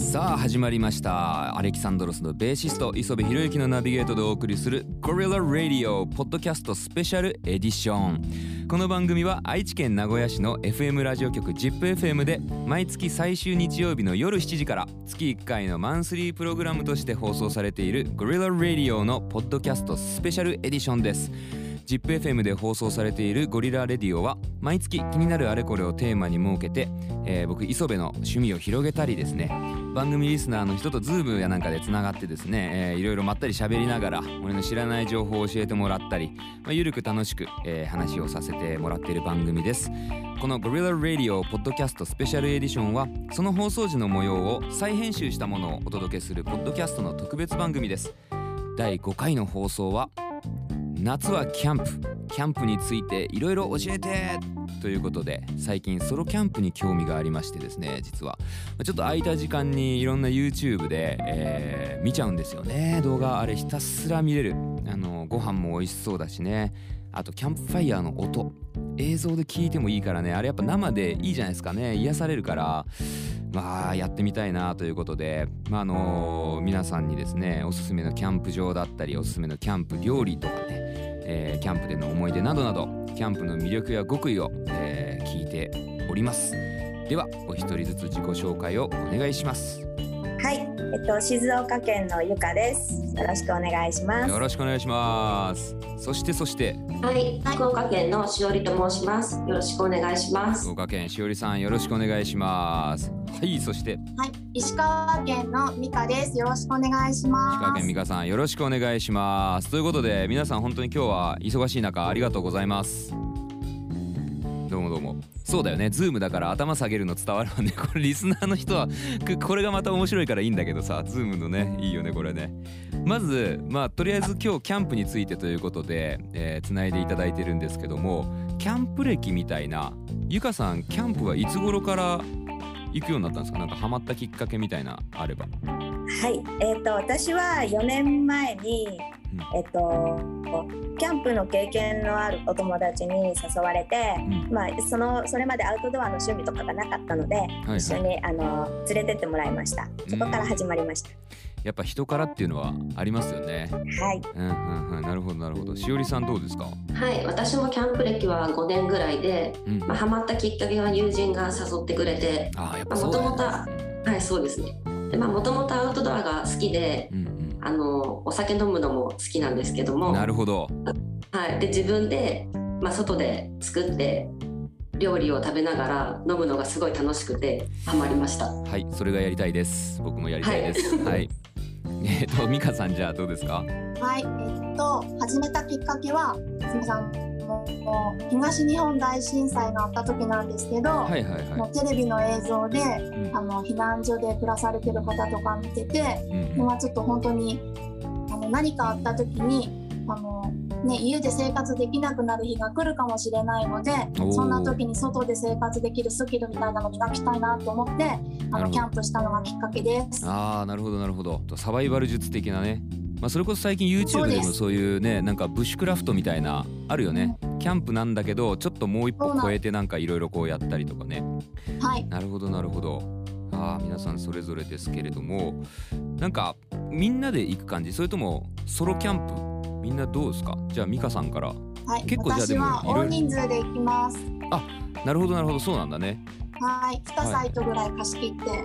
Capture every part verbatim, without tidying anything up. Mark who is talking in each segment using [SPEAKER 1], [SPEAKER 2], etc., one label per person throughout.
[SPEAKER 1] さあ始まりました。アレキサンドロスのベーシスト磯部博之のナビゲートでお送りするゴリララディオポッドキャストスペシャルエディション。この番組は愛知県名古屋市の エフエム ラジオ局 ジップエフエム で毎月最終日曜日の夜しちじから月いっかいのマンスリープログラムとして放送されているゴリララディオのポッドキャストスペシャルエディションです。ジップエフエム で放送されているゴリラレディオは毎月気になるあれこれをテーマに設けて、えー、僕磯部の趣味を広げたりですね、番組リスナーの人とズームやなんかでつながってですね、えー、いろいろまったり喋りながら俺の知らない情報を教えてもらったり、まあ、ゆるく楽しく、えー、話をさせてもらっている番組です。このゴリララディオポッドキャストスペシャルエディションはその放送時の模様を再編集したものをお届けするポッドキャストの特別番組です。だいごかいの放送は夏はキャンプキャンプについていろいろ教えてということで、最近ソロキャンプに興味がありましてですね、実はちょっと空いた時間にいろんな YouTube で、えー、見ちゃうんですよね。動画あれひたすら見れる。あのご飯も美味しそうだしね、あとキャンプファイヤーの音映像で聞いてもいいからね、あれやっぱ生でいいじゃないですかね。癒されるからまあやってみたいなということで、まああのー、皆さんにですねおすすめのキャンプ場だったりおすすめのキャンプ料理とかね、えー、キャンプでの思い出などなどキャンプの魅力や極意を、えー、聞いております。ではお一人ずつ自己紹介をお願いします。
[SPEAKER 2] はい、えっと、静岡県のゆかです。よろしくお願いします。
[SPEAKER 1] よろしくお願いします。そしてそして
[SPEAKER 3] はい、福岡県のしおりと申します。よろしくお願いします。
[SPEAKER 1] 福岡県しおりさんよろしくお願いします。はい、そして
[SPEAKER 4] はい、石川県のみかです。よろしくお願いします。
[SPEAKER 1] 石川県みかさんよろしくお願いします。ということで皆さん本当に今日は忙しい中ありがとうございます。どうもどうも。そうだよね、ズームだから頭下げるの伝わるわね。これリスナーの人はこれがまた面白いからいいんだけどさ、ズームのねいいよねこれね。まずまあとりあえず今日キャンプについてということで、えー、つないでいただいてるんですけども、キャンプ歴みたいな、ゆかさんキャンプはいつ頃から行くようになったんですか？なんかハマったきっかけみたいなあれば。
[SPEAKER 2] はい、えーと、私はよねんまえに、うんえーと、キャンプの経験のあるお友達に誘われて、うんまあ、そのそれまでアウトドアの趣味とかがなかったので、はいはい、一緒にあの連れてってもらいました。そこから始まりました。
[SPEAKER 1] やっぱ人からっていうのはありますよね。
[SPEAKER 2] はい、
[SPEAKER 1] うんうんうん、なるほどなるほど。しおりさんどうですか？
[SPEAKER 3] はい、私もキャンプ歴はごねんぐらいで、うんまあ、ハマったきっかけは友人が誘ってくれて、
[SPEAKER 1] あ、やっぱそうだね。
[SPEAKER 3] もともとはいそうですね。もともとアウトドアが好きで、うんうん、あのお酒飲むのも好きなんですけども、
[SPEAKER 1] なるほど。
[SPEAKER 3] はい、で自分で、まあ、外で作って料理を食べながら飲むのがすごい楽しくてハマりました。
[SPEAKER 1] はい、それがやりたいです。僕もやりたいです。はい、はい、えっとみかさんじゃあどうですか？
[SPEAKER 4] はい、えっと始めたきっかけはすみません東日本大震災があった時なんですけど、はいはいはい、もうテレビの映像で、うん、あの避難所で暮らされてる方とか見てて、うん、まあ、ちょっと本当にあの何かあった時にあの、ね、家で生活できなくなる日が来るかもしれないので、そんな時に外で生活できるスキルみたいなのを磨きたいなと思ってあのキャンプしたのがきっかけです。
[SPEAKER 1] あー、なるほどなるほど。サバイバル術的なね、まあ、それこそ最近 YouTube でもそういうね、なんかブッシュクラフトみたいなあるよね、うん、キャンプなんだけどちょっともう一歩超えてなんかいろいろこうやったりとかね。
[SPEAKER 4] はい、
[SPEAKER 1] なるほどなるほど。あー、皆さんそれぞれですけれども、なんかみんなで行く感じ、それともソロキャンプみんなどうですか？じゃあミカさんから。
[SPEAKER 4] はい、結構じゃあでも私は大人数で行きます。
[SPEAKER 1] あ、なるほどなるほど、そうなんだね。
[SPEAKER 4] はい、にサイトぐらい貸し切って、はい、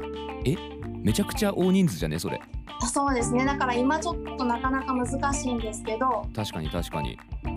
[SPEAKER 1] え、めちゃくちゃ大人数じゃねそれ。
[SPEAKER 4] そうですね、だから今ちょっとなかなか難しいんですけど。
[SPEAKER 1] 確かに確かに、
[SPEAKER 4] うん、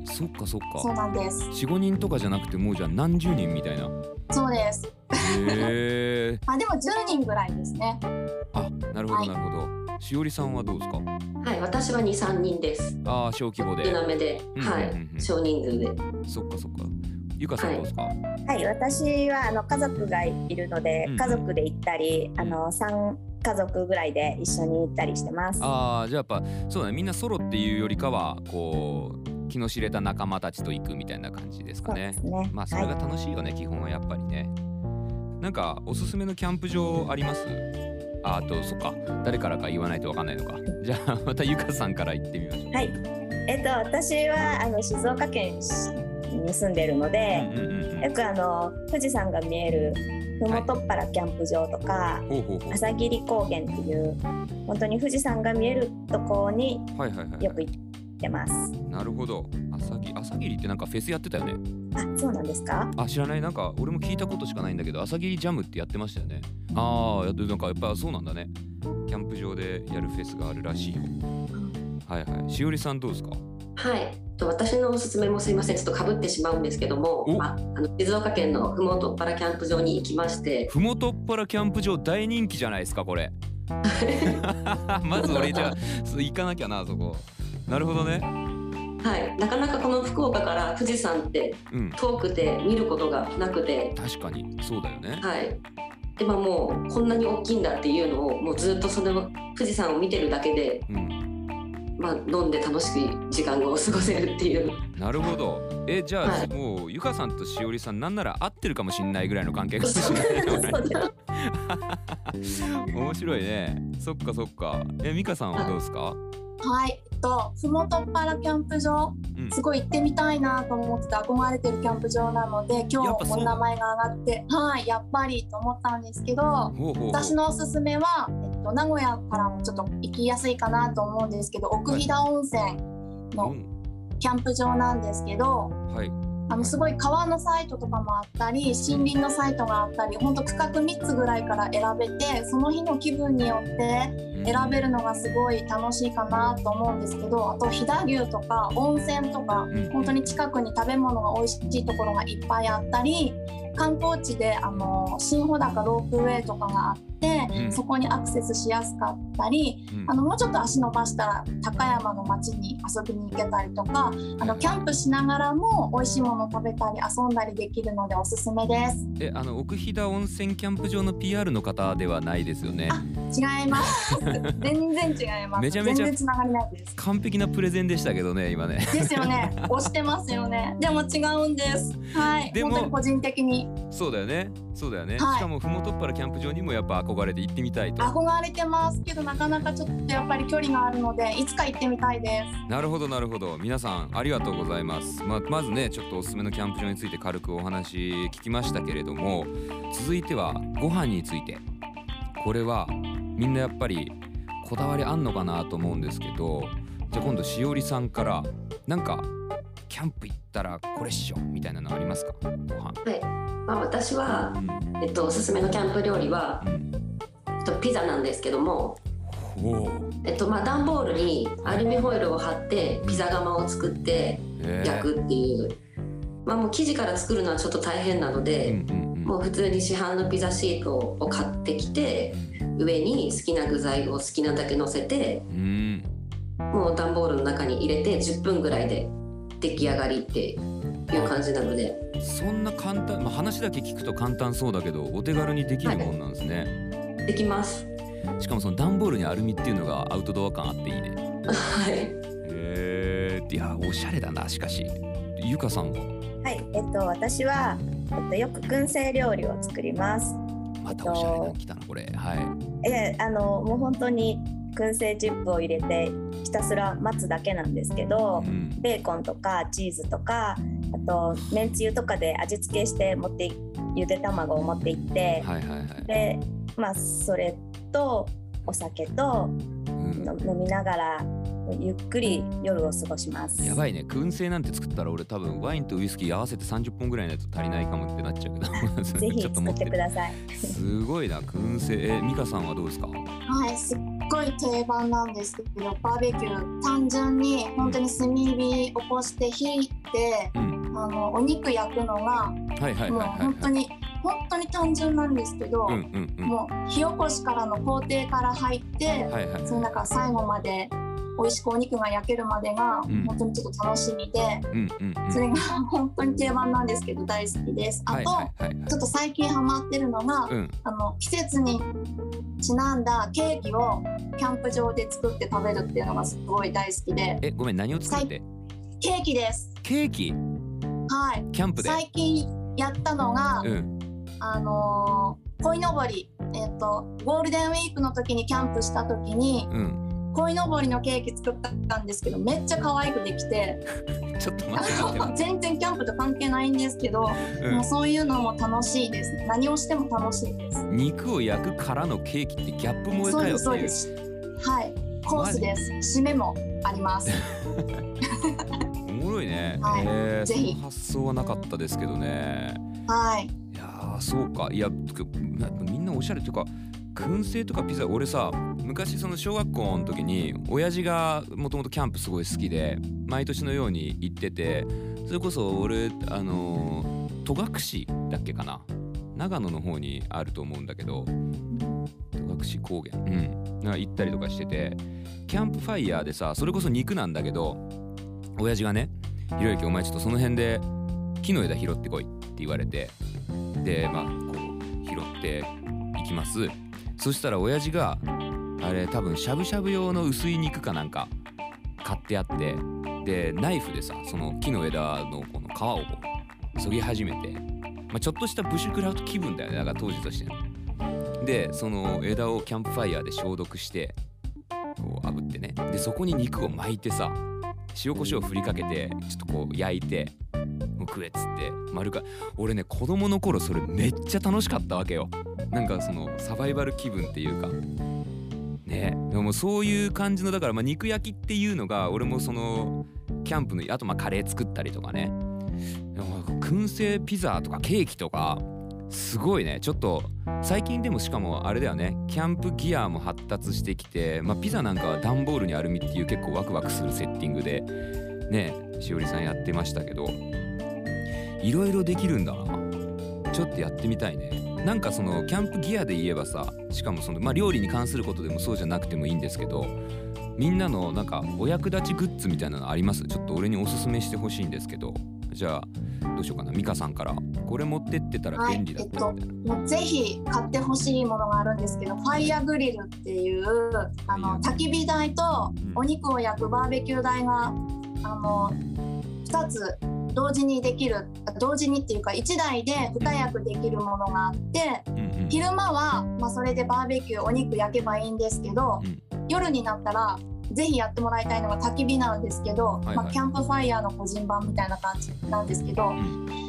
[SPEAKER 1] そっかそっか。
[SPEAKER 4] そうなんです。
[SPEAKER 1] よん、ごにんとかじゃなくてもうじゃあ何十人みたいな。
[SPEAKER 4] そうです。
[SPEAKER 1] へー
[SPEAKER 4] あ、でもじゅうにんぐらいですね。
[SPEAKER 1] あ、なるほどなるほど、はい、しおりさんはどうですか？
[SPEAKER 3] はい、私はに、さんにんです。あ
[SPEAKER 1] あ、小規模で
[SPEAKER 3] 少なめで、うんうんうんうん、はい、少人数で。
[SPEAKER 1] そっかそっか。ゆかさんどうですか？
[SPEAKER 2] はいはい、私はあの家族がいるので、うん、家族で行ったり、あのさん家族ぐらいで一緒に行ったりしてます。
[SPEAKER 1] ああ、じゃあやっぱそうだね、みんなソロっていうよりかはこう気の知れた仲間たちと行くみたいな感じですかね。
[SPEAKER 2] そうですね。
[SPEAKER 1] まあそれが楽しいよね、はい、基本はやっぱりね。なんかおすすめのキャンプ場あります？あーと、そっか、誰からか言わないと分かんないのか。じゃあまたゆかさんから言ってみましょう。
[SPEAKER 2] はい、えっと私はあの静岡県に住んでるので、うんうんうんうん、よくあの富士山が見えるふもとっぱらキャンプ場とか、はい、朝霧高原っていう本当に富士山が見えるところによく行ってます、はいはいはいはい、
[SPEAKER 1] なるほど。朝霧、朝霧ってなんかフェスやってたよね。
[SPEAKER 2] あ、そうなんですか。
[SPEAKER 1] あ、知らない。なんか俺も聞いたことしかないんだけど、朝霧ジャムってやってましたよね。ああ、なんかやっぱそうなんだね。キャンプ場でやるフェスがあるらしいよ。はいはい。しおりさんどうですか。
[SPEAKER 3] はい、私のおすすめもすいません、ちょっと被ってしまうんですけども、まあ、あの静岡県のふもとっぱらキャンプ場に行きまして。
[SPEAKER 1] ふもとっぱらキャンプ場大人気じゃないですかこれまず俺じゃあ行かなきゃなそこ。なるほどね。
[SPEAKER 3] はい、なかなかこの福岡から富士山って遠くて見ることがなくて、
[SPEAKER 1] うん、確かにそうだよね。
[SPEAKER 3] はい。でももうこんなに大きいんだっていうのをもうずっとその富士山を見てるだけで、うん、まあ、飲んで楽しく時間を過ごせるっていう。
[SPEAKER 1] なるほど。え、じゃあ、はい、もうゆかさんとしおりさんなんなら合ってるかもしんないぐらいの関係かもしれない面白いね。そっかそっか。え、みかさんはどうですか。
[SPEAKER 4] はい、とふもとっぱらキャンプ場、うん、すごい行ってみたいなと思ってて憧れてるキャンプ場なので今日お名前が上がってはいやっぱりと思ったんですけど、ほうほうほう、私のおすすめは、えっと、名古屋からもちょっと行きやすいかなと思うんですけど奥飛騨温泉のキャンプ場なんですけど、はい、あのすごい川のサイトとかもあったり森林のサイトがあったりほんと区画みっつぐらいから選べてその日の気分によって選べるのがすごい楽しいかなと思うんですけど、あと飛騨牛とか温泉とか本当に近くに食べ物が美味しいところがいっぱいあったり観光地であの新穂高ロープウェイとかがあって、うん、そこにアクセスしやすかったり、うん、あのもうちょっと足伸ばしたら高山の町に遊びに行けたりとかあのキャンプしながらも美味しいもの食べたり遊んだりできるのでおすすめです。
[SPEAKER 1] え、あの奥飛騨温泉キャンプ場の ピーアール の方ではないですよね。
[SPEAKER 4] あ、違います全然違います。
[SPEAKER 1] めちゃめちゃ
[SPEAKER 4] 全然つながりないです。
[SPEAKER 1] 完璧なプレゼンでしたけどね今ね。
[SPEAKER 4] ですよね。押してますよね。でも違うんです。はい。でも本当に個人的に。
[SPEAKER 1] そうだよね。そうだよね。はい、しかもふもとっぱらキャンプ場にもやっぱ憧れて行ってみたいと。
[SPEAKER 4] 憧れてますけどなかなかちょっとやっぱり距離があるのでいつか行ってみたいです。
[SPEAKER 1] なるほどなるほど。皆さんありがとうございます。ま, まずねちょっとおすすめのキャンプ場について軽くお話聞きましたけれども、続いてはご飯について。これはみんなやっぱりこだわりあんのかなと思うんですけど、じゃあ今度しおりさんからなんかキャンプ行ったらこれっしょみたいなのありますか。ご飯。
[SPEAKER 3] はい、まあ、私は、えっと、おすすめのキャンプ料理は、うん、えっと、ピザなんですけども、えっとまあ、段ボールにアルミホイルを貼ってピザ窯を作って焼くっていう、えーまあ、もう生地から作るのはちょっと大変なので、うんうんうん、もう普通に市販のピザシートを買ってきて上に好きな具材を好きなだけ乗せて、うん、もう段ボールの中に入れてじゅっぷんぐらいで出来上がりっていう感じなので。
[SPEAKER 1] そんな簡単、まあ、話だけ聞くと簡単そうだけどお手軽にできるもんなんですね。
[SPEAKER 3] はい、できます。
[SPEAKER 1] しかもその段ボールにアルミっていうのがアウトドア感あっていいね。
[SPEAKER 3] はい。
[SPEAKER 1] へー、いやおしゃれだな。しかしゆかさんは。
[SPEAKER 2] はい、えっと私は、えっと、よく燻製料理を作ります。
[SPEAKER 1] またおしゃれなの来たなこれ。はい。
[SPEAKER 2] えあのもう本当に燻製チップを入れてひたすら待つだけなんですけど、うん、ベーコンとかチーズとかあとめんつゆとかで味付けして持ってゆで卵を持っていって、はいはいはい、でまあそれとお酒と、うん、飲みながらゆっくり夜を過ごします。
[SPEAKER 1] やばいね。燻製なんて作ったら俺多分ワインとウイスキー合わせてさんじゅっぽんぐらいのやつ足りないかもってなっちゃうけど
[SPEAKER 2] ぜひ作ってください
[SPEAKER 1] すごいな燻製。え、ミカさんはどうですか。
[SPEAKER 4] はい、すっごい定番なんですけどバーベキュー単純に本当に炭火起こして火いて、うん、あのお肉焼くのがもう本当に本当に単純なんですけど、うんうんうん、もう火起こしからの工程から入って、はいはい、その中最後まで美味しくお肉が焼けるまでが本当にちょっと楽しみで、うんうんうん、それが本当に定番なんですけど大好きです。あと、はいはいはいはい、ちょっと最近ハマってるのが、うん、あの季節にちなんだケーキをキャンプ場で作って食べるっていうのがすごい大好きで。
[SPEAKER 1] え、ごめん、何を作って？
[SPEAKER 4] ケーキです。
[SPEAKER 1] ケーキ？
[SPEAKER 4] はい。
[SPEAKER 1] キャンプで？
[SPEAKER 4] 最近やったのが、うん、あのー、鯉のぼり、えっとゴールデンウィークの時にキャンプした時に、うん、 鯉のぼりのケーキ作ったんですけど、めっちゃ可愛くできて
[SPEAKER 1] ちょっと待って
[SPEAKER 4] 全然キャンプと関係ないんですけど、うん、もうそういうのも楽しいです。何をしても楽しいです。
[SPEAKER 1] 肉を焼くからのケーキってギャップ萌えかよっていう。
[SPEAKER 4] そうですそうです。はい、コースです。締めもあります
[SPEAKER 1] おもろいね、はい、えー、ぜひ。その発想はなかったですけどね。
[SPEAKER 4] はい。
[SPEAKER 1] いやーそうか。いやみんなおしゃれっていうか、燻製とかピザ、俺さ昔その小学校の時に親父がもともとキャンプすごい好きで毎年のように行ってて、それこそ俺あの戸隠だっけかな、長野の方にあると思うんだけど、戸隠高原、うん、行ったりとかしてて、キャンプファイヤーでさ、それこそ肉なんだけど、親父がね、ひろゆきお前ちょっとその辺で木の枝拾ってこいって言われて、でまあこう拾っていきます。そしたら親父があれ多分しゃぶしゃぶ用の薄い肉かなんか買ってあって、でナイフでさその木の枝のこの皮をこう削ぎ始めて、まあ、ちょっとしたブッシュクラフト気分だよね、だから当時としての。でその枝をキャンプファイヤーで消毒してこう炙ってね、でそこに肉を巻いてさ、塩コショウ振りかけてちょっとこう焼いてもう食えっつって丸か。俺ね子供の頃それめっちゃ楽しかったわけよ。なんかそのサバイバル気分っていうかね。でもそういう感じの、だからまあ肉焼きっていうのが俺もそのキャンプの、あとまあカレー作ったりとかね、でも燻製ピザとかケーキとかすごいね。ちょっと最近でもしかもあれだよね、キャンプギアも発達してきて、まあ、ピザなんかは段ボールにアルミっていう結構ワクワクするセッティングでね、しおりさんやってましたけど、いろいろできるんだな。ちょっとやってみたいね。なんかそのキャンプギアで言えばさ、しかもその、まあ、料理に関することでもそうじゃなくてもいいんですけど、みんなのなんかお役立ちグッズみたいなのあります？ちょっと俺におすすめしてほしいんですけど。じゃあどうしようかな、ミカさんからこれ持ってってたら便利だったみたいな、
[SPEAKER 4] はい、えっと、ぜひ買ってほしいものがあるんですけど、ファイヤーグリルっていうあの焚き火台とお肉を焼くバーベキュー台が、うん、あのふたつ同時にできる、同時にっていうかいちだいでに役できるものがあって、うんうん、昼間は、まあ、それでバーベキューお肉焼けばいいんですけど、うん、夜になったらぜひやってもらいたいのが焚き火なんですけど、はいはい、まあ、キャンプファイヤーの個人版みたいな感じなんですけど、うん、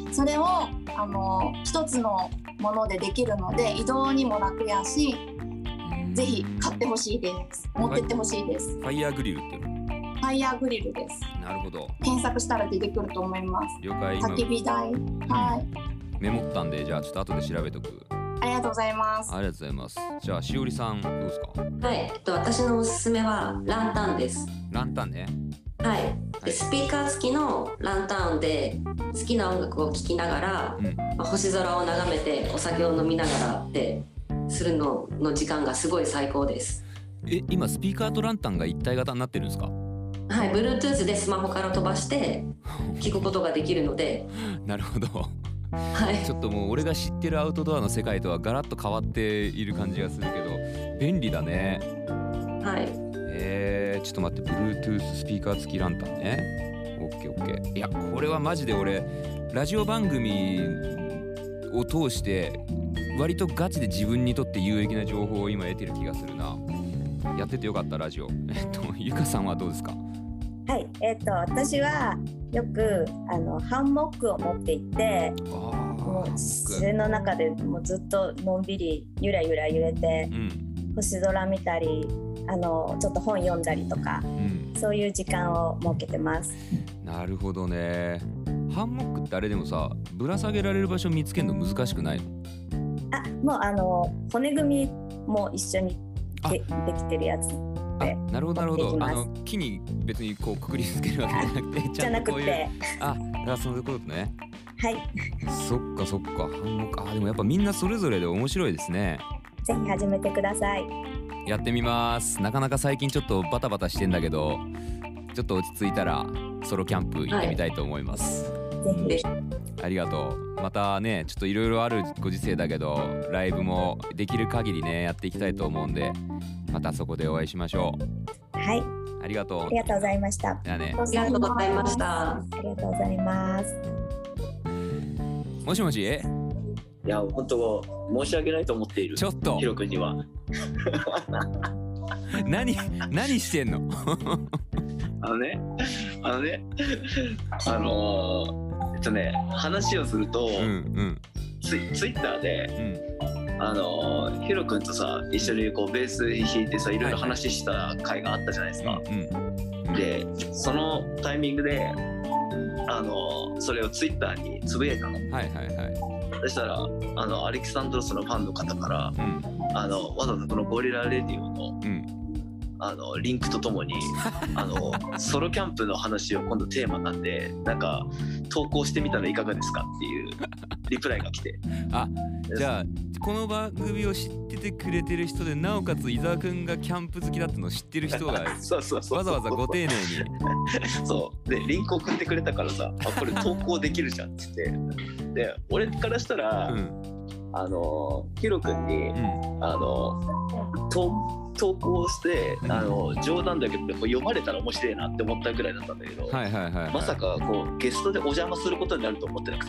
[SPEAKER 4] それをあの一つのものでできるので移動にも楽やし、ぜひ買ってほしいです。持ってってほしいです。
[SPEAKER 1] ファイヤーグリルっていうの？
[SPEAKER 4] ファイヤーグリルです。
[SPEAKER 1] なるほど。
[SPEAKER 4] 検索したら出てくると思います。
[SPEAKER 1] 了解。
[SPEAKER 4] 焚き火台、はい。
[SPEAKER 1] メモったんで、じゃあちょっと後で調べとく。
[SPEAKER 4] ありがとうございます。
[SPEAKER 1] ありがとうございます。じゃあしおりさんどうですか？
[SPEAKER 3] はい、えっと私のおすすめはランタンです。
[SPEAKER 1] ランタンね。
[SPEAKER 3] はい。でスピーカー付きのランタンで好きな音楽を聴きながら、うんまあ、星空を眺めてお酒を飲みながらってするのの時間がすごい最高です。
[SPEAKER 1] え、今スピーカーとランタンが一体型になってるんですか？
[SPEAKER 3] はい、Bluetooth でスマホから飛ばして聞くことができるので
[SPEAKER 1] なるほど。
[SPEAKER 3] はい、
[SPEAKER 1] ちょっともう俺が知ってるアウトドアの世界とはガラッと変わっている感じがするけど便利だね。
[SPEAKER 3] はい。
[SPEAKER 1] えー、ちょっと待って、 Bluetooth スピーカー付きランタンね。オッケーオッケー。いやこれはマジで俺ラジオ番組を通して割とガチで自分にとって有益な情報を今得てる気がするな。やっててよかったラジオ。えっとゆかさんはどうですか？
[SPEAKER 2] はい、えーと私はよくあのハンモックを持っていて、もう自然の中でもうずっとのんびりゆらゆら揺れて、うん、星空見たりあのちょっと本読んだりとか、うん、そういう時間を設けてます。
[SPEAKER 1] なるほどね。ハンモックってあれでもさ、ぶら下げられる場所見つけるの難しくないの？
[SPEAKER 2] あ、もうあの骨組みも一緒に で, できてるやつ。
[SPEAKER 1] あ、なるほどなるほど。あの木に別にこうくくりつけるわけじゃなくて、
[SPEAKER 2] ちゃんとこういう、じゃなくて、
[SPEAKER 1] あ、あ、そういうことね。
[SPEAKER 2] はい。
[SPEAKER 1] そっかそっか。ハンモック、あ、でもやっぱみんなそれぞれで面白いですね。
[SPEAKER 2] ぜひ始めてください。
[SPEAKER 1] やってみます。なかなか最近ちょっとバタバタしてんだけど、ちょっと落ち着いたらソロキャンプ行ってみたいと思います。
[SPEAKER 2] はい、ぜひ。
[SPEAKER 1] ありがとう。またね、ちょっといろいろあるご時世だけど、ライブもできる限りねやっていきたいと思うんで、またそこでお会いしましょ
[SPEAKER 2] う。はい。
[SPEAKER 1] ありがとう。
[SPEAKER 2] ありがとうございました。
[SPEAKER 1] じゃあね。
[SPEAKER 3] ありがとうございました。
[SPEAKER 2] ありがとうございます。
[SPEAKER 1] もしもし。い
[SPEAKER 5] や本当申し訳ないと思っている。
[SPEAKER 1] ちょっと。
[SPEAKER 5] ヒロ君には。
[SPEAKER 1] 何何してんの？
[SPEAKER 5] あのねあのねあのー、えっとね話をすると、うんうん、ツ, ツイッターで、うん、あのー、ヒロ君とさ一緒にこうベース弾いてさいろいろ話した回があったじゃないですか、はいはい、でそのタイミングであのー、それをツイッターにつぶやいたの。はいはいはい。そしたらあのアレキサンドロスのファンの方から、うん、あのわざわざこのゴリラレディオの、うん、あのリンクとともにあのソロキャンプの話を今度テーマなんでなんか投稿してみたらいかがですかっていうリプライが来て
[SPEAKER 1] あじゃあこの番組を知っててくれてる人でなおかつ伊沢くんがキャンプ好きだったのを知ってる人が
[SPEAKER 5] そうそうそう
[SPEAKER 1] わざわざご丁寧に
[SPEAKER 5] そうでリンク送ってくれたからさあこれ投稿できるじゃんって言ってで俺からしたら、うん、あのヒロ君に、うん、あの投投稿してあの冗談だけど読まれたら面白いなって思ったぐらいだったんだけど、はいはいはいはい、まさかこうゲストでお邪魔することになると思ってなくて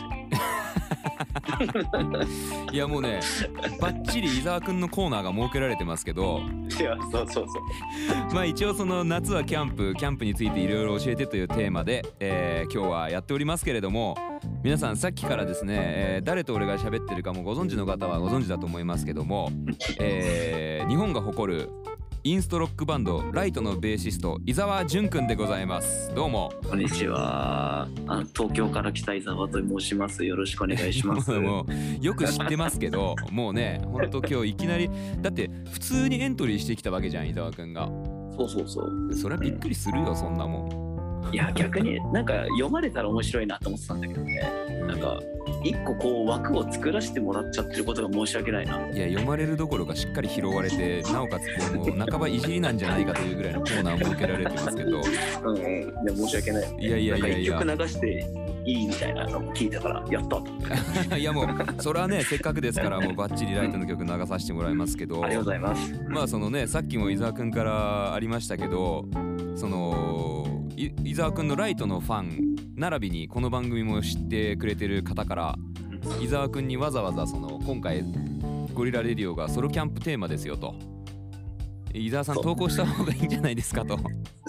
[SPEAKER 1] いやもうねバッチリ伊沢くんのコーナーが設けられてますけど
[SPEAKER 5] いやそうそうそう
[SPEAKER 1] まあ一応その夏はキャンプキャンプについていろいろ教えてというテーマで、えー、今日はやっておりますけれども皆さんさっきからですね、えー、誰と俺が喋ってるかもご存知の方はご存知だと思いますけども、えー、日本が誇るインストロックバンドライトのベーシスト伊沢淳くんでございます。どうも
[SPEAKER 5] こんにちは。あの東京から来た伊沢と申します。よろしくお願いします
[SPEAKER 1] もうよく知ってますけどもうねほんと今日いきなりだって普通にエントリーしてきたわけじゃん伊沢くんが。
[SPEAKER 5] そうそうそう
[SPEAKER 1] それはびっくりするよ、うん、そんなもん。
[SPEAKER 5] いや逆になんか読まれたら面白いなと思ってたんだけどね、なんか一個こう枠を作らせてもらっちゃってることが申し訳ないな。
[SPEAKER 1] いや読まれるどころかしっかり拾われてなおかつこの半ばいじりなんじゃないかというぐらいのコーナーを設けられてますけど
[SPEAKER 5] うんうんいや申し訳ない。
[SPEAKER 1] いやいやいやいや
[SPEAKER 5] なんか一曲流していいみたいなのを聞いたからやった
[SPEAKER 1] いやもうそれはねせっかくですからもうバッチリライトの曲流させてもらいますけど
[SPEAKER 5] ありがとうございます。
[SPEAKER 1] まあそのねさっきも伊沢くんからありましたけどその伊沢くんのライトのファン並びにこの番組も知ってくれてる方から伊沢くんにわざわざその今回ゴリラレディオがソロキャンプテーマですよと伊沢さん投稿した方がいいんじゃないですかと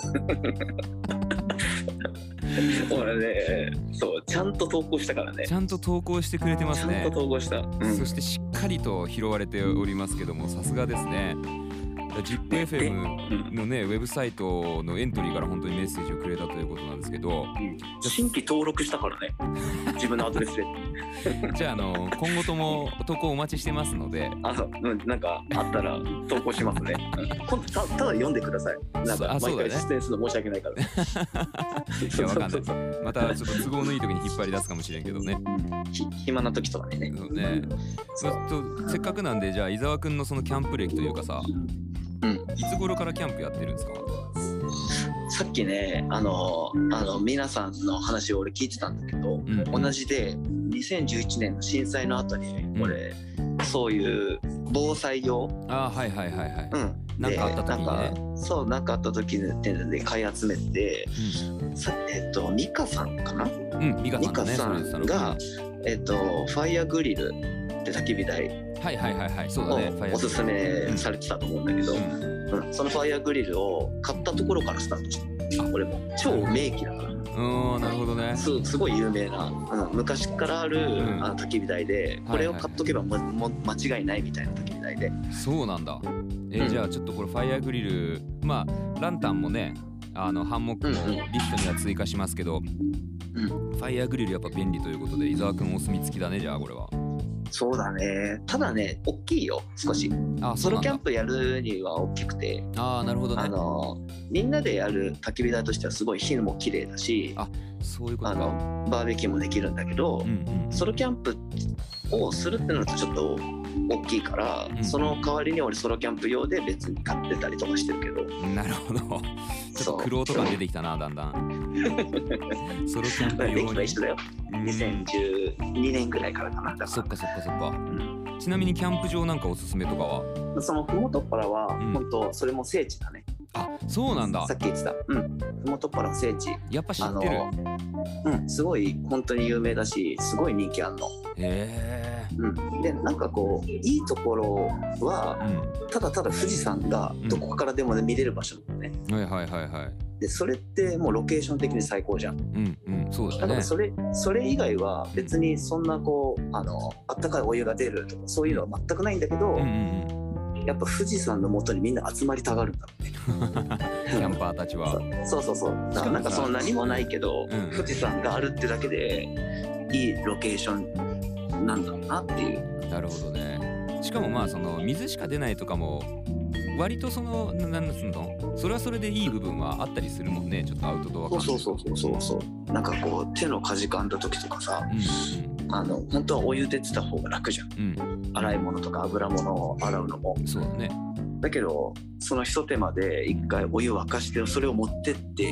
[SPEAKER 5] 俺ねそうちゃんと投稿したからね。
[SPEAKER 1] ちゃんと投稿してくれてますね。
[SPEAKER 5] ちゃんと投稿した、
[SPEAKER 1] うん、そしてしっかりと拾われておりますけどもさすがですね。ジップエフエム のねウェブサイトのエントリーから本当にメッセージをくれたということなんですけど、うん、
[SPEAKER 5] 新規登録したからね自分のアドレスで
[SPEAKER 1] じゃあ、あの今後とも投稿お待ちしてますので
[SPEAKER 5] あそう、うん、なんかあったら投稿しますね今度 た, ただ読んだください。なんか毎回出演するの申し訳ないからね
[SPEAKER 1] いやわかんないまたちょっと都合のいい時に引っ張り出すかもしれんけどね、
[SPEAKER 5] うん、ひ暇な時とかにね
[SPEAKER 1] そうねそうとせっかくなんでじゃあ伊沢くんのそのキャンプ歴というかさうん、いつ頃からキャンプやってるんですか？
[SPEAKER 5] さっきねあのあの皆さんの話を俺聞いてたんだけど、うん、同じでにせんじゅういちねんの震災の後に俺、うん、そういう防災用
[SPEAKER 1] あはいはいはいはい、うん、なんかあった時にね
[SPEAKER 5] そうなんかあった時で買い集めて、うん、さえっとミカさんかな、
[SPEAKER 1] うん、ミカさん、ね、ミカさん
[SPEAKER 5] がえっとファイアグリルって焚き火台
[SPEAKER 1] はいはいはいはいそうだね
[SPEAKER 5] おすすめされてたと思うんだけど、うんうん、そのファイアグリルを買ったところからスタートしたこれも超名機だから
[SPEAKER 1] うんなるほどね
[SPEAKER 5] す, すごい有名な、うん、昔からある、うん、あの焚き火台でこれを買っとけば、はいはい、も間違いないみたいな焚き火台でそう
[SPEAKER 1] なんだえーうん、じゃあちょっとこれファイアグリルまあランタンもねあのハンモックもリストには追加しますけど、うん、ファイアグリルやっぱ便利ということで伊沢くんお墨付きだねじゃあこれは。
[SPEAKER 5] そうだね。ただね、大きいよ少し。あ、ソロキャンプやるには大きくて。
[SPEAKER 1] ああ、なるほどね。
[SPEAKER 5] あのみんなでやる焚き火台としてはすごい火も綺麗だし、
[SPEAKER 1] あ、そういうことか。
[SPEAKER 5] あのバーベキューもできるんだけど、うんうん、ソロキャンプをするってなるとちょっと大きいから、うん、その代わりに俺ソロキャンプ用で別に買ってたりとかしてるけど。
[SPEAKER 1] なるほど。ちょっとクロート感出てきたなだんだん。ソロキャンプ用に。
[SPEAKER 5] 歴は一緒だよ。にせんじゅうにねんぐらいからかな。だから
[SPEAKER 1] そっかそっかそっか、うん。ちなみにキャンプ場なんかおすすめとかは？
[SPEAKER 5] そのふもとっぱらは、うん、本当それも聖地だね。
[SPEAKER 1] あ、そうなんだ。
[SPEAKER 5] さっき言ってた。うん。ふもとっぱら聖地。
[SPEAKER 1] やっぱ知ってる。
[SPEAKER 5] うん、すごい本当に有名だし、すごい人気あんの。
[SPEAKER 1] へえ。
[SPEAKER 5] うん、でなんかこういいところは、うん、ただただ富士山がどこからでも、ね、見れる場所なのね、
[SPEAKER 1] はいはいはいはい。
[SPEAKER 5] でそれってもうロケーション的に最高じゃん。
[SPEAKER 1] うんうん、そうだね。
[SPEAKER 5] だからそれそれ以外は別にそんなこうあのあったかいお湯が出るとかそういうのは全くないんだけど、うんうんうん、やっぱ富士山の元にみんな集まりたがるんだろうね。
[SPEAKER 1] キャンパーたちは。
[SPEAKER 5] そうそうそう。だからなんかその何もないけど、うん、富士山があるってだけでいいロケーションなんだろうなっていう。
[SPEAKER 1] なるほどね。しかもまあその水しか出ないとかも割とそのなんつうの、それはそれでいい部分はあったりするもんね。ちょっとアウトドア感。
[SPEAKER 5] そうそうそうそうそう。なんかこう手のかじかんだ時とかさ、うん、あの本当はお湯出てた方が楽じゃん、うん、洗い物とか油物を洗うのも。
[SPEAKER 1] そうだね。
[SPEAKER 5] だけどその一手間で一回お湯を沸かしてそれを持ってって、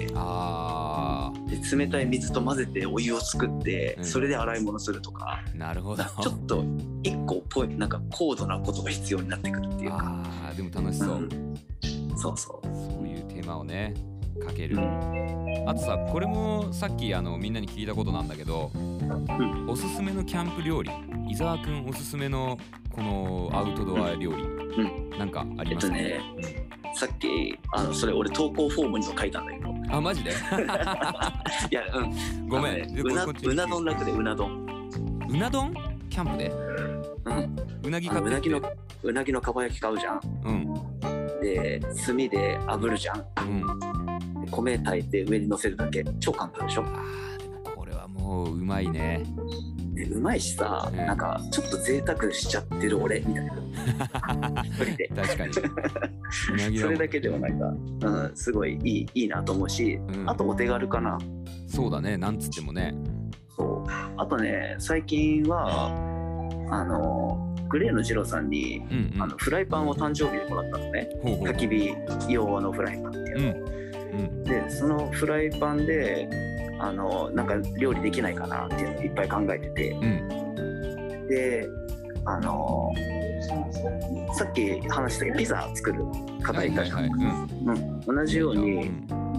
[SPEAKER 1] あ
[SPEAKER 5] で冷たい水と混ぜてお湯を作って、うん、それで洗い物するとか。
[SPEAKER 1] なるほど。
[SPEAKER 5] ちょっと一個ポイなんか高度なことが必要になってくるっていうか。
[SPEAKER 1] あでも楽しそう、うん、
[SPEAKER 5] そうそう
[SPEAKER 1] そういうテーマをねかける、うん、あとさこれもさっきあのみんなに聞いたことなんだけど、うん、おすすめのキャンプ料理、伊沢くんおすすめのこのアウトドア料理、うんうん、なんかありますか？
[SPEAKER 5] えっとね、うん、さっきあのそれ俺投稿フォームにも書いたんだけど。
[SPEAKER 1] あマジで？い
[SPEAKER 5] やうん
[SPEAKER 1] ごめん、
[SPEAKER 5] ね、うなうな丼楽でうな丼。
[SPEAKER 1] うな丼？キャンプで？
[SPEAKER 5] うん。
[SPEAKER 1] うなぎ買ってきて。
[SPEAKER 5] うなぎのうなぎのかば焼き買うじゃん。
[SPEAKER 1] うん。
[SPEAKER 5] で炭で炙るじゃん。うん。で米炊いて上に乗せるだけ。超簡単でしょ。あ
[SPEAKER 1] あでもこれはもううまいね。
[SPEAKER 5] でうまいしさ、うん、なんかちょっと贅沢しちゃってる俺みたいな。それで
[SPEAKER 1] 確かに。うなぎ
[SPEAKER 5] それだけではなんか、うん、すごいいいいいなと思うし、うん、あとお手軽かな。
[SPEAKER 1] そうだね、なんつってもね。
[SPEAKER 5] そう。あとね、最近はあのグレーの二郎さんに、うんうん、あのフライパンを誕生日でもらったのね。ほうほう。焚き火用のフライパンっていうの、うんうん、でそのフライパンであのなんか料理できないかなっていうのをいっぱい考えてて、うん、であのさっき話したけどピザ作る方いたじゃん、はいはいはいうんうん、同じように、うん、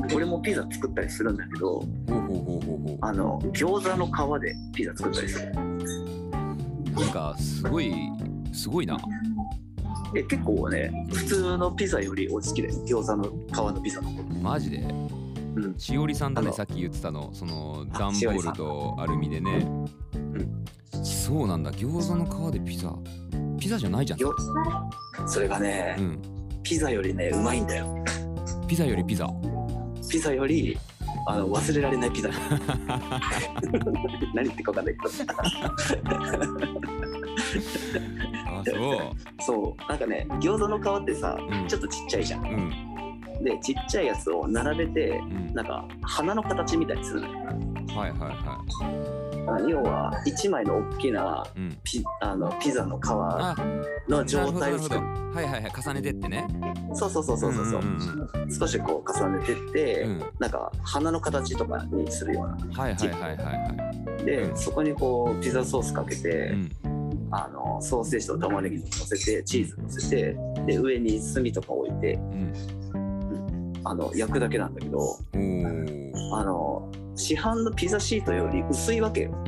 [SPEAKER 5] 俺もピザ作ったりするんだけど、あの餃子の皮でピザ作ったりする。
[SPEAKER 1] なんかすごいすごいな。
[SPEAKER 5] え結構ね普通のピザより俺好きだよ、餃子の皮のピザの。
[SPEAKER 1] マジで？うん、しおりさんだね、さっき言ってたの、その段ボールとアルミでね、うん、そうなんだ。餃子の皮でピザピザじゃないじゃん。
[SPEAKER 5] それがね、うん、ピザよりねうまいんだよ。
[SPEAKER 1] ピザよりピザ
[SPEAKER 5] ピザよりあの忘れられないピザ何言ってか分かんないけど
[SPEAKER 1] あそう
[SPEAKER 5] そうなんかね餃子の皮ってさ、うん、ちょっとちっちゃいじゃん、うんでちっちゃいやつを並べて、うん、なんか花の形みたいにするのよ。
[SPEAKER 1] はいはいはい。
[SPEAKER 5] 要はいちまいの大きな ピ,、うん、あのピザの皮の状態を作る。
[SPEAKER 1] はいはいはい、重ねてってね。
[SPEAKER 5] そうそうそうそうそう、うんうんうん、少しこう重ねてって、うん、なんか花の形とかにするような。
[SPEAKER 1] はいはいはいはいはい。
[SPEAKER 5] で、うん、そこにこうピザソースかけて、うん、あのソーセージと玉ねぎ乗せてチーズ乗せてで上に炭とか置いて。うんあの焼くだけなんだけど、あの市販のピザシートより薄いわけよ、うん、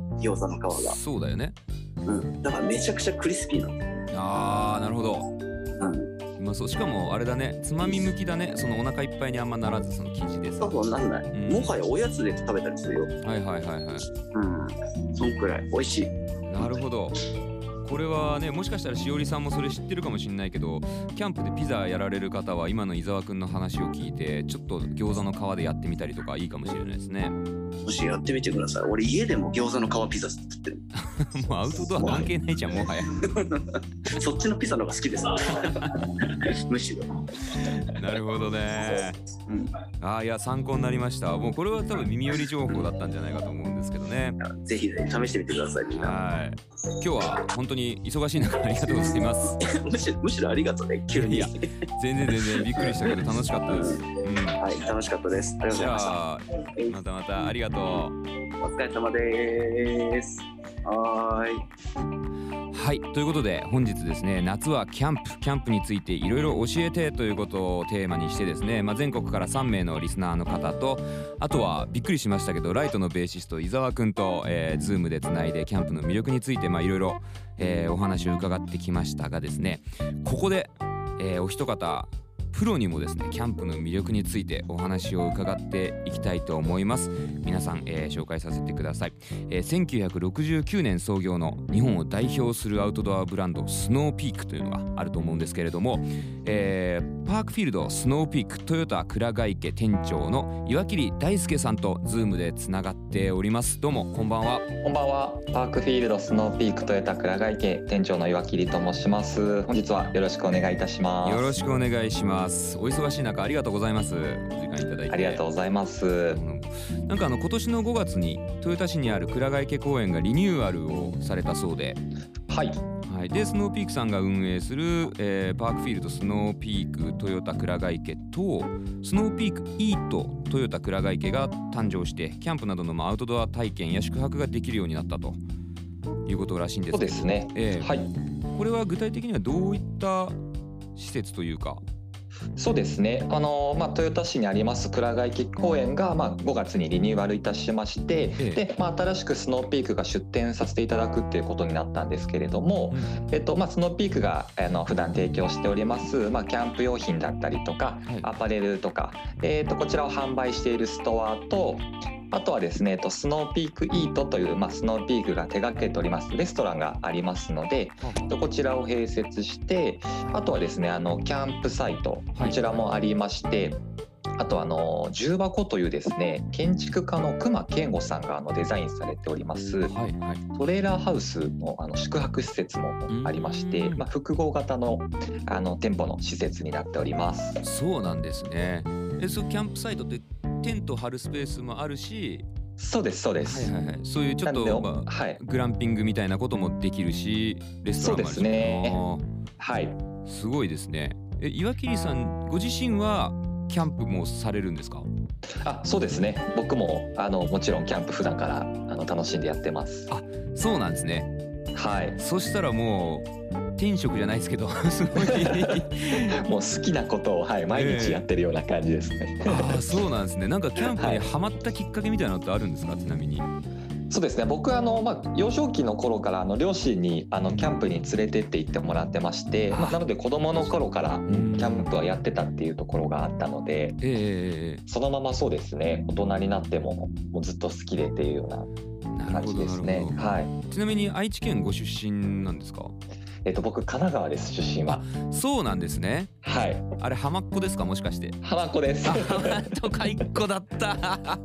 [SPEAKER 5] 餃子の皮が。
[SPEAKER 1] そうだよね、
[SPEAKER 5] うん、だからめちゃくちゃクリスピーなの。
[SPEAKER 1] あーなるほど、うんまあ、そうしかもあれだね、つまみ向きだね。そのお腹いっぱいにあんまならずその生地でさ。
[SPEAKER 5] そうそうなんない、うん、もはやおやつで食べたりするよ。
[SPEAKER 1] はいはいはいはい、
[SPEAKER 5] うんそんくらい美味しい。
[SPEAKER 1] なるほど。これはね、もしかしたらしおりさんもそれ知ってるかもしれないけど、キャンプでピザやられる方は今の伊沢くんの話を聞いてちょっと餃子の皮でやってみたりとかいいかもしれないですね。
[SPEAKER 5] もしやってみてください。俺家でも餃子の皮ピザ作ってる
[SPEAKER 1] もうアウトドア関係ないじゃんもはや
[SPEAKER 5] そっちのピザの方が好きですむしろ。
[SPEAKER 1] なるほどね、うん、あいや参考になりました。もうこれは多分耳寄り情報だったんじゃないかと思うんですけどね。
[SPEAKER 5] ぜひ、ね、試してみてください。みんなはい
[SPEAKER 1] 今日は本当に忙しい中ありがとうございます
[SPEAKER 5] むしろむしろありがとうね急に。いや
[SPEAKER 1] 全然全然びっくりしたけど楽しかったです、うん、
[SPEAKER 5] はい楽しかったです。ありがとうございました。
[SPEAKER 1] じゃあまたまたありがとう。
[SPEAKER 5] お疲れ様です。はーい。
[SPEAKER 1] はい、ということで本日ですね、夏はキャンプキャンプについていろいろ教えてということをテーマにしてですね、まあ、全国からさんめいのリスナーの方と、あとはびっくりしましたけどライトのベーシスト伊沢くんと、えー、ズームでつないでキャンプの魅力についていろいろお話を伺ってきましたがですね、ここで、えー、お一方プロにもですねキャンプの魅力についてお話を伺っていきたいと思います。皆さん、えー、紹介させてください。えー、せんきゅうひゃくろくじゅうきゅうねん創業の日本を代表するアウトドアブランドスノーピークというのがあると思うんですけれども、えー、パークフィールドスノーピークトヨタ倉ヶ池店長の岩切大輔さんとズームでつながっております。どうもこんばんは。
[SPEAKER 6] こんばんは。パークフィールドスノーピークトヨタ倉ヶ池店長の岩切と申します。本日はよろしくお願いいたします。
[SPEAKER 1] よろしくお願いします。お忙しい中ありがとうございます。お時間いただいて
[SPEAKER 6] ありがとうございます。
[SPEAKER 1] うん、なんかあの今年のごがつに豊田市にある倉ヶ池公園がリニューアルをされたそうで、
[SPEAKER 6] はい、
[SPEAKER 1] はい、でスノーピークさんが運営する、えー、パークフィールドスノーピークトヨタ倉ヶ池とスノーピークイートトヨタ倉ヶ池が誕生して、キャンプなどのアウトドア体験や宿泊ができるようになったということらしいんですけど。
[SPEAKER 6] そうですね、
[SPEAKER 1] えー
[SPEAKER 6] はい、
[SPEAKER 1] これは具体的にはどういった施設というか。
[SPEAKER 6] そうですね、あのまあ、豊田市にあります倉ヶ池公園が、まあ、ごがつにリニューアルいたしまして、ええでまあ、新しくスノーピークが出店させていただくっていうことになったんですけれども、うんえっとまあ、スノーピークがあの普段提供しております、まあ、キャンプ用品だったりとか、はい、アパレルとか、えっと、こちらを販売しているストアと、あとはですね、スノーピークイートという、まあ、スノーピークが手掛けておりますレストランがありますので、こちらを併設して、あとはですね、あのキャンプサイト、こちらもありまして、はい、あとあの重箱というですね、建築家の隈研吾さんがあのデザインされております、はいはい、トレーラーハウスのあの宿泊施設もありまして、まあ、複合型のあの店舗の施設になっております。
[SPEAKER 1] そうなんですね。え、そうキャンプサイトってテント張るスペースもあるし。
[SPEAKER 6] そうですそうです、
[SPEAKER 1] はいはいはい、そういうちょっと、まあはい、グランピングみたいなこともできるし、レストランもあるし。そうですね、
[SPEAKER 6] はい、
[SPEAKER 1] すごいですね。え、岩切さんご自身はキャンプもされるんですか？
[SPEAKER 6] あ、そうですね、僕もあのもちろんキャンプ普段からあの楽しんでやってます。
[SPEAKER 1] あ、そうなんですね。はい、そしたらもう天職じゃないですけどすごい
[SPEAKER 6] もう好きなことを、はい、毎日やってるような感じですね、
[SPEAKER 1] えー、あ、そうなんですね。なんかキャンプにハマったきっかけみたいなのってあるんですか？ちなみに。
[SPEAKER 6] そうですね、僕はあの、まあ、幼少期の頃からあの両親にあのキャンプに連れてって行ってもらってまして、まあ、なので子どもの頃からキャンプはやってたっていうところがあったので、えー、そのままそうですね、大人になっても、もうずっと好きでっていうような感じですね。はい、
[SPEAKER 1] ちなみに愛知県ご出身なんですか？
[SPEAKER 6] えっと、僕神奈川です、出身は。
[SPEAKER 1] そうなんですね。はい。あれ浜っ子ですか、もしかして。
[SPEAKER 6] 浜っ子です。
[SPEAKER 1] 都会っ子だった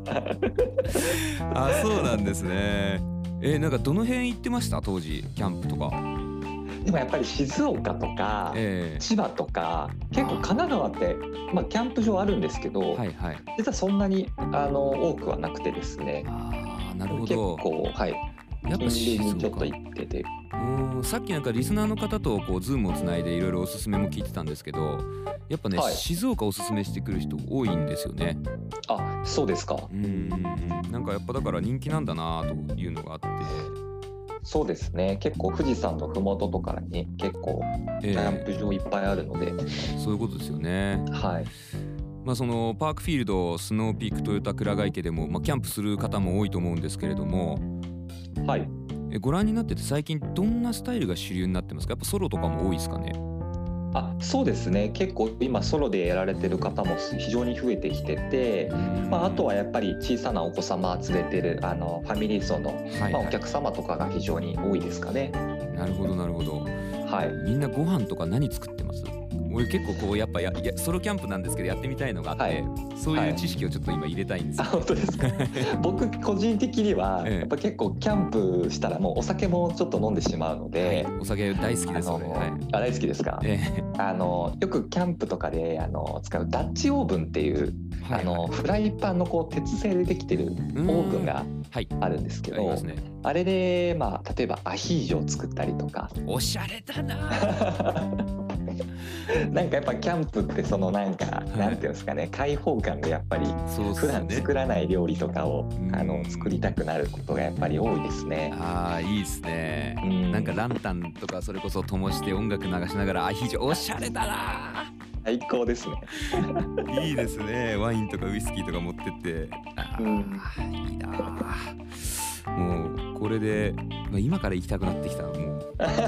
[SPEAKER 1] あ、そうなんですね。えー、なんかどの辺行ってました当時、キャンプとか？
[SPEAKER 6] でもやっぱり静岡とか、えー、千葉とか結構神奈川ってまあ、キャンプ場あるんですけど、はいはい、実はそんなにあの多くはなくてですね。
[SPEAKER 1] あ、なるほど。
[SPEAKER 6] 結構、はい、やっぱ近隣にちょっと行ってて、
[SPEAKER 1] うん、さっきなんかリスナーの方とこうズームをつないでいろいろおすすめも聞いてたんですけど、やっぱね、はい、静岡おすすめしてくる人多いんですよね。
[SPEAKER 6] あ、そうですか。
[SPEAKER 1] うん、なんかやっぱだから人気なんだなというのがあって。
[SPEAKER 6] そうですね、結構富士山のふもととかに結構キャンプ場いっぱいあるので、え
[SPEAKER 1] ー、そういうことですよね。はい。まあ、そのパークフィールドスノーピークトヨタ倉ヶ池でも、まあ、キャンプする方も多いと思うんですけれども、はい、えご覧になってて最近どんなスタイルが主流になってますか？やっぱソロとかも多いですかね？
[SPEAKER 6] あ、そうですね、結構今ソロでやられてる方も非常に増えてきてて、まあ、あとはやっぱり小さなお子様連れてるあのファミリー層の、はいはい、まあ、お客様とかが非常に多いですかね。
[SPEAKER 1] なるほどなるほど。はい、みんなご飯とか何作ってます？俺結構こうやっぱ や, やソロキャンプなんですけどやってみたいのがあって、はい、そういう知識をちょっと今入れたいんですよ。
[SPEAKER 6] はい、あ、本当ですか。僕個人的にはやっぱ結構キャンプしたらもうお酒もちょっと飲んでしまうので、
[SPEAKER 1] はい、お酒大好きです。
[SPEAKER 6] あ、
[SPEAKER 1] はい、
[SPEAKER 6] あ、大好きですか。ええ、あのよくキャンプとかであの使うダッチオーブンっていう、はいはい、あのフライパンのこう鉄製でできてるオーブンがあるんですけど、はい、あ, ね、あれで、まあ、例えばアヒージョを作ったりとか。
[SPEAKER 1] おしゃれだな
[SPEAKER 6] なんかやっぱキャンプってそのなんか、はい、なんていうんですかね、開放感でやっぱり普段作らない料理とかを、ね、あの作りたくなることがやっぱり多いですね。
[SPEAKER 1] ああ、いいですね。なんかランタンとかそれこそ灯して音楽流しながらアヒージョ、おしゃれだな。
[SPEAKER 6] 最高ですね。
[SPEAKER 1] いいですね。ワインとかウイスキーとか持ってって、あー、うん、いいな。もうこれで、まあ、今から行きたくなってきた。もう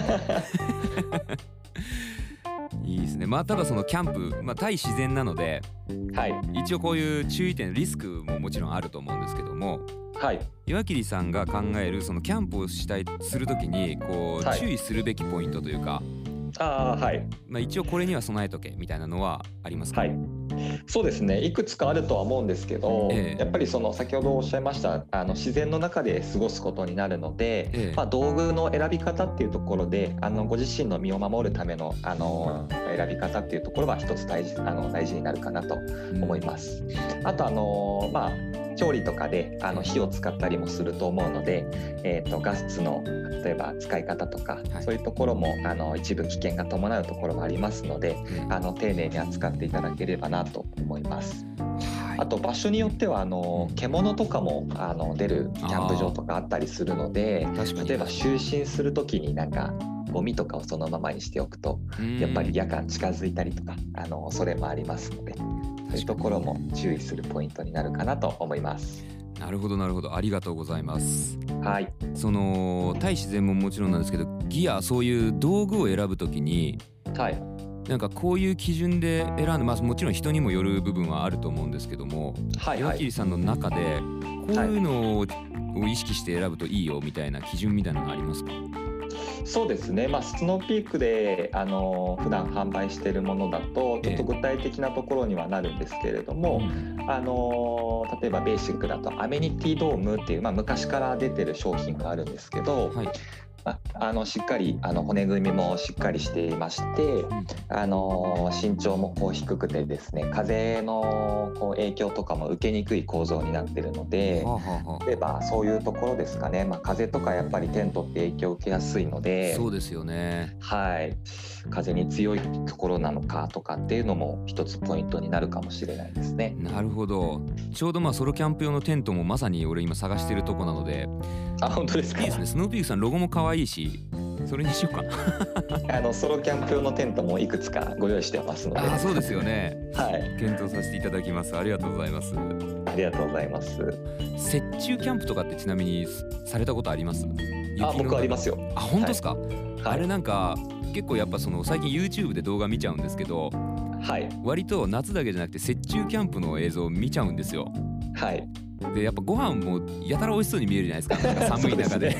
[SPEAKER 1] いいですね。まあただそのキャンプ、まあ、対自然なので、はい、一応こういう注意点、リスクももちろんあると思うんですけども、はい、岩切さんが考えるそのキャンプをしたいするときにこう、はい、注意するべきポイントというか、
[SPEAKER 6] あ、はい、
[SPEAKER 1] まあ、一応これには備えとけみたいなのはありますか？
[SPEAKER 6] はい、そうですね、いくつかあるとは思うんですけど、えー、やっぱりその先ほどおっしゃいましたあの自然の中で過ごすことになるので、えーまあ、道具の選び方っていうところであのご自身の身を守るための、あの選び方っていうところは一つ大事、あの大事になるかなと思います。うん、あとあのまあ調理とかであの火を使ったりもすると思うので、えー、とガスの例えば使い方とか、はい、そういうところもあの一部危険が伴うところもありますので、うん、あの丁寧に扱っていただければなと思います。はい、あと場所によってはあの獣とかもあの出るキャンプ場とかあったりするので、例えば就寝する時になんかゴミとかをそのままにしておくとやっぱり夜間近づいたりとかあの恐れもありますので、そういうところも注意するポイントになるかなと思います。
[SPEAKER 1] なるほどなるほど、ありがとうございます。
[SPEAKER 6] はい、
[SPEAKER 1] その対自然ももちろんなんですけど、ギア、そういう道具を選ぶときに、はい、なんかこういう基準で選んで、まあ、もちろん人にもよる部分はあると思うんですけども、はいはい、岩切さんの中でこういうのを意識して選ぶといいよみたいな基準みたいなのありますか？
[SPEAKER 6] そうですね、まあ、スノーピークであの普段販売しているものだとちょっと具体的なところにはなるんですけれども、ええ、あの例えばベーシックだとアメニティドームっていう、まあ、昔から出てる商品があるんですけど、はい、ああのしっかりあの骨組みもしっかりしていまして、うん、あの身長もこう低くてですね、風のこう影響とかも受けにくい構造になっているので、はあはあ、例えばそういうところですかね、まあ、風とかやっぱりテントって影響を受けやすいので、
[SPEAKER 1] そうですよね、
[SPEAKER 6] はい、風に強いところなのかとかっていうのも一つポイントになるかもしれないですね。
[SPEAKER 1] なるほど。ちょうどまあソロキャンプ用のテントもまさに俺今探してるとこなので。
[SPEAKER 6] あ、本当ですか？
[SPEAKER 1] いいですね。スノーピークさんロゴも可愛いし、それにしようかな
[SPEAKER 6] あのソロキャンプ用のテントもいくつかご用意してますので。
[SPEAKER 1] あ、そうですよね。
[SPEAKER 6] はい、
[SPEAKER 1] 検討させていただきます。ありがとうございます。
[SPEAKER 6] ありがとうございます。
[SPEAKER 1] 雪中キャンプとかってちなみにされたことあります？
[SPEAKER 6] あ、僕ありますよ。
[SPEAKER 1] あ、本当ですか？はい、あれなんか、
[SPEAKER 6] は
[SPEAKER 1] い、結構やっぱその最近 YouTube で動画見ちゃうんですけど、はい、割と夏だけじゃなくて雪中キャンプの映像見ちゃうんですよ。
[SPEAKER 6] はい。
[SPEAKER 1] でやっぱご飯もやたら美味しそうに見えるじゃないですか、なんか寒い中で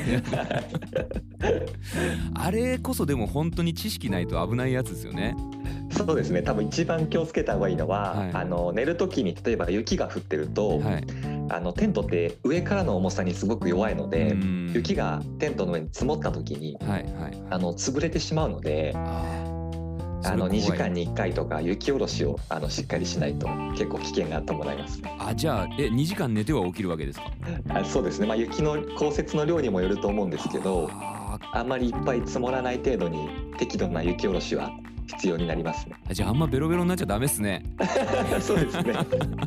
[SPEAKER 1] あれこそでも本当に知識ないと危ないやつですよね。
[SPEAKER 6] そうですね、多分一番気をつけた方がいいのは、はい、あの寝る時に例えば雪が降ってると、はい、あのテントって上からの重さにすごく弱いので、雪がテントの上に積もった時に、はいはい、あの潰れてしまうので、あのにじかんにいっかいとか雪下ろしをあのしっかりしないと結構危険が伴います。
[SPEAKER 1] あ、じゃあえにじかん寝ては起きるわけですか？
[SPEAKER 6] あ、そうですね、まあ、雪の降雪の量にもよると思うんですけど、あ, あんまりいっぱい積もらない程度に適度な雪下ろしは必要になりますね。
[SPEAKER 1] じゃああんまベロベロになっちゃダメっすね
[SPEAKER 6] そうですね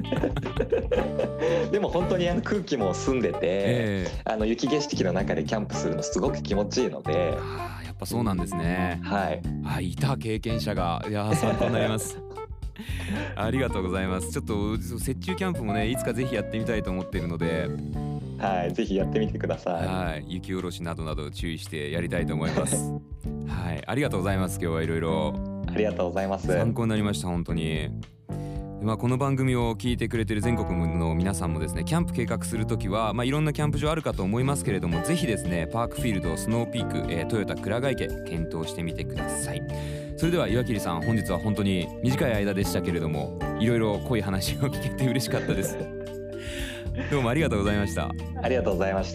[SPEAKER 6] でも本当にあの空気も澄んでて、えー、あの雪景色の中でキャンプするのすごく気持ちいいので。
[SPEAKER 1] あ、やっぱそうなんですね。
[SPEAKER 6] はい。
[SPEAKER 1] あ、いた経験者が。いや、参考になりますありがとうございます。ちょっと雪中キャンプもね、いつかぜひやってみたいと思っているので、
[SPEAKER 6] はい、ぜひやってみてください。
[SPEAKER 1] はい、雪下ろしなどなど注意してやりたいと思いますはい、ありがとうございます。今日はいろいろ
[SPEAKER 6] ありがとうございます。
[SPEAKER 1] 参考になりました、本当に。まあ、この番組を聞いてくれてる全国の皆さんもですね、キャンプ計画するときは、まあ、いろんなキャンプ場あるかと思いますけれども、ぜひですね、パークフィールド、スノーピーク、えー、トヨタ鞍ヶ池検討してみてください。それでは岩切さん、本日は本当に短い間でしたけれども、いろいろ濃い話を聞けて嬉しかったですどうもありがとうございました。
[SPEAKER 6] ありがとうございました。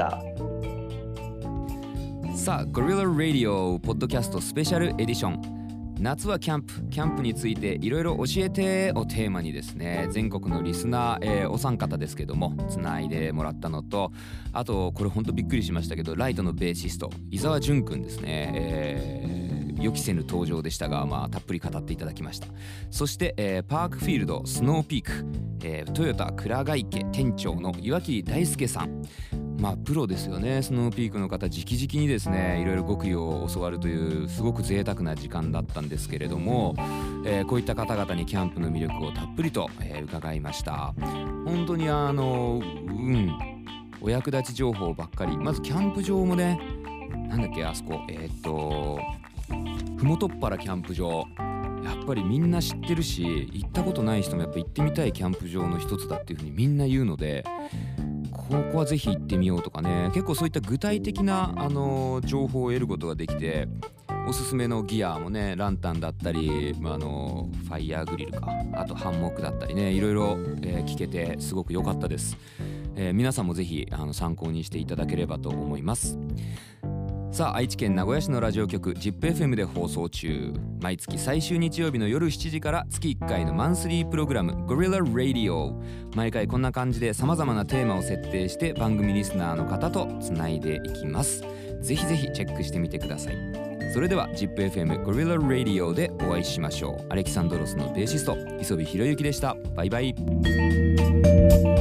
[SPEAKER 1] さあ、ゴリララディオポッドキャストスペシャルエディション、夏はキャンプ、キャンプについていろいろ教えてをテーマにですね、全国のリスナー、えー、お三方ですけどもつないでもらったのと、あとこれほんとびっくりしましたけど、ライトのベーシスト伊沢淳くんですね、えー、予期せぬ登場でしたが、まあ、たっぷり語っていただきました。そして、えー、パークフィールドスノーピーク、えー、トヨタ倉ヶ池店長の岩切大輔さん、まあプロですよね。スノーピークの方直々にですねいろいろ極意を教わるというすごく贅沢な時間だったんですけれども、えー、こういった方々にキャンプの魅力をたっぷりと、えー、伺いました。本当にあのうんお役立ち情報ばっかり。まずキャンプ場もね、なんだっけあそこえー、っとふもとっぱらキャンプ場、やっぱりみんな知ってるし、行ったことない人もやっぱ行ってみたいキャンプ場の一つだっていうふうにみんな言うので、ここはぜひ行ってみようとかね、結構そういった具体的な、あのー、情報を得ることができて、おすすめのギアもね、ランタンだったり、まあ、あのー、ファイヤーグリルか、あとハンモックだったりね、いろいろ、えー、聞けてすごく良かったです。えー、皆さんもぜひあの参考にしていただければと思います。さあ愛知県名古屋市のラジオ局 ジップエフエム で放送中、毎月最終日曜日の夜しちじから月いっかいのマンスリープログラム Gorilla Radio、 毎回こんな感じで様々なテーマを設定して番組リスナーの方とつないでいきます。ぜひぜひチェックしてみてください。それでは ジップエフエム Gorilla Radio でお会いしましょう。アレキサンドロスのベーシスト磯部博之でした。バイバイ。